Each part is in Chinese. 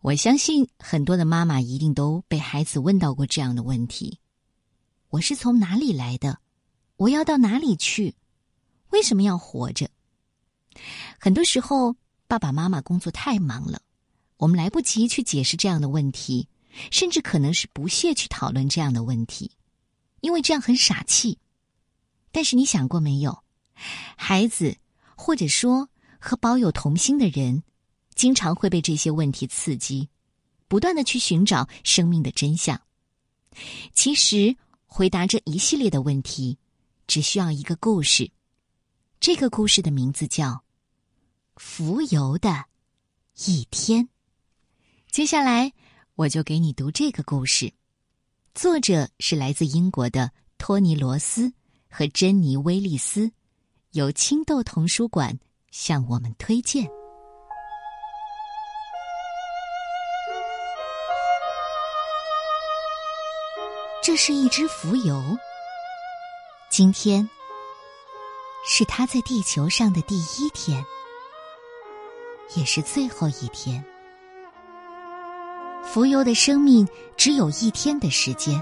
我相信很多的妈妈一定都被孩子问到过这样的问题：我是从哪里来的？我要到哪里去？为什么要活着？很多时候，爸爸妈妈工作太忙了，我们来不及去解释这样的问题，甚至可能是不屑去讨论这样的问题，因为这样很傻气。但是你想过没有，孩子或者说和保有童心的人，经常会被这些问题刺激，不断地去寻找生命的真相。其实回答这一系列的问题，只需要一个故事。这个故事的名字叫《浮游的一天》。接下来我就给你读这个故事，作者是来自英国的托尼·罗斯和珍妮·威利斯，由青豆童书馆向我们推荐。这是一只浮游，今天是它在地球上的第一天，也是最后一天。浮游的生命只有一天的时间，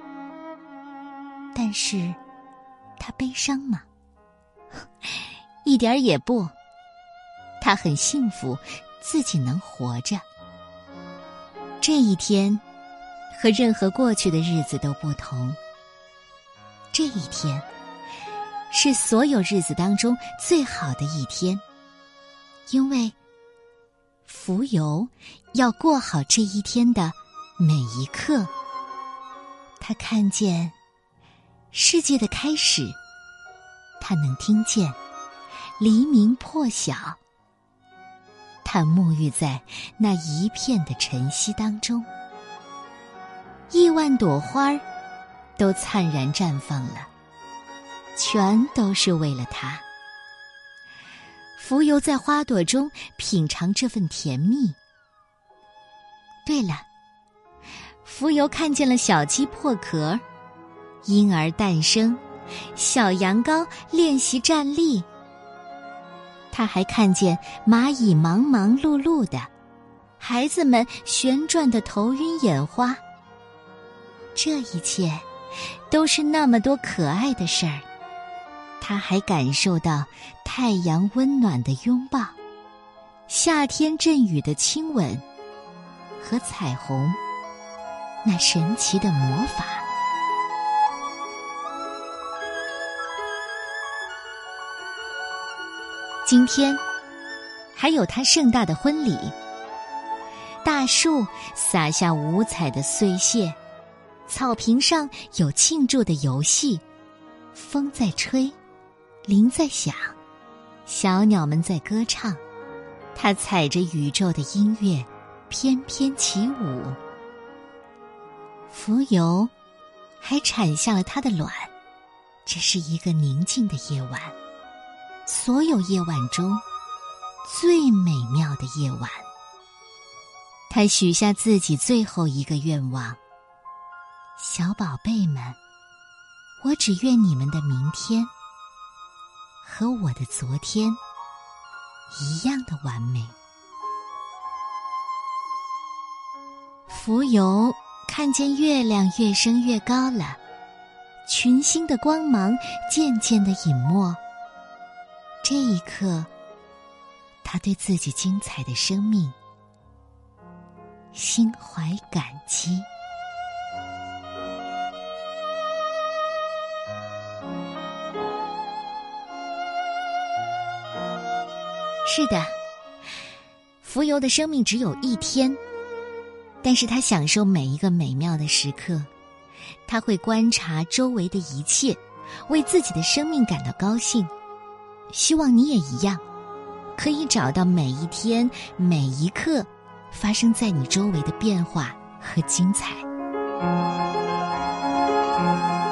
但是它悲伤吗？一点儿也不，它很幸福，自己能活着。这一天和任何过去的日子都不同，这一天是所有日子当中最好的一天，因为浮游要过好这一天的每一刻。他看见世界的开始，他能听见黎明破晓，他沐浴在那一片的晨曦当中，亿万朵花都灿然绽放了，全都是为了他。浮游在花朵中品尝这份甜蜜。对了，浮游看见了小鸡破壳，婴儿诞生，小羊羔练习站立。他还看见蚂蚁忙忙碌碌的，孩子们旋转的头晕眼花。这一切都是那么多可爱的事儿。他还感受到太阳温暖的拥抱，夏天阵雨的亲吻，和彩虹那神奇的魔法。今天还有他盛大的婚礼，大树洒下五彩的碎屑，草坪上有庆祝的游戏，风在吹，铃在响，小鸟们在歌唱，它踩着宇宙的音乐翩翩起舞。浮游还产下了它的卵。这是一个宁静的夜晚，所有夜晚中最美妙的夜晚。他许下自己最后一个愿望：小宝贝们，我只愿你们的明天和我的昨天一样的完美。浮游看见月亮越升越高了，群星的光芒渐渐地隐没。这一刻，他对自己精彩的生命心怀感激。是的，浮游的生命只有一天，但是他享受每一个美妙的时刻。他会观察周围的一切，为自己的生命感到高兴。希望你也一样，可以找到每一天每一刻发生在你周围的变化和精彩。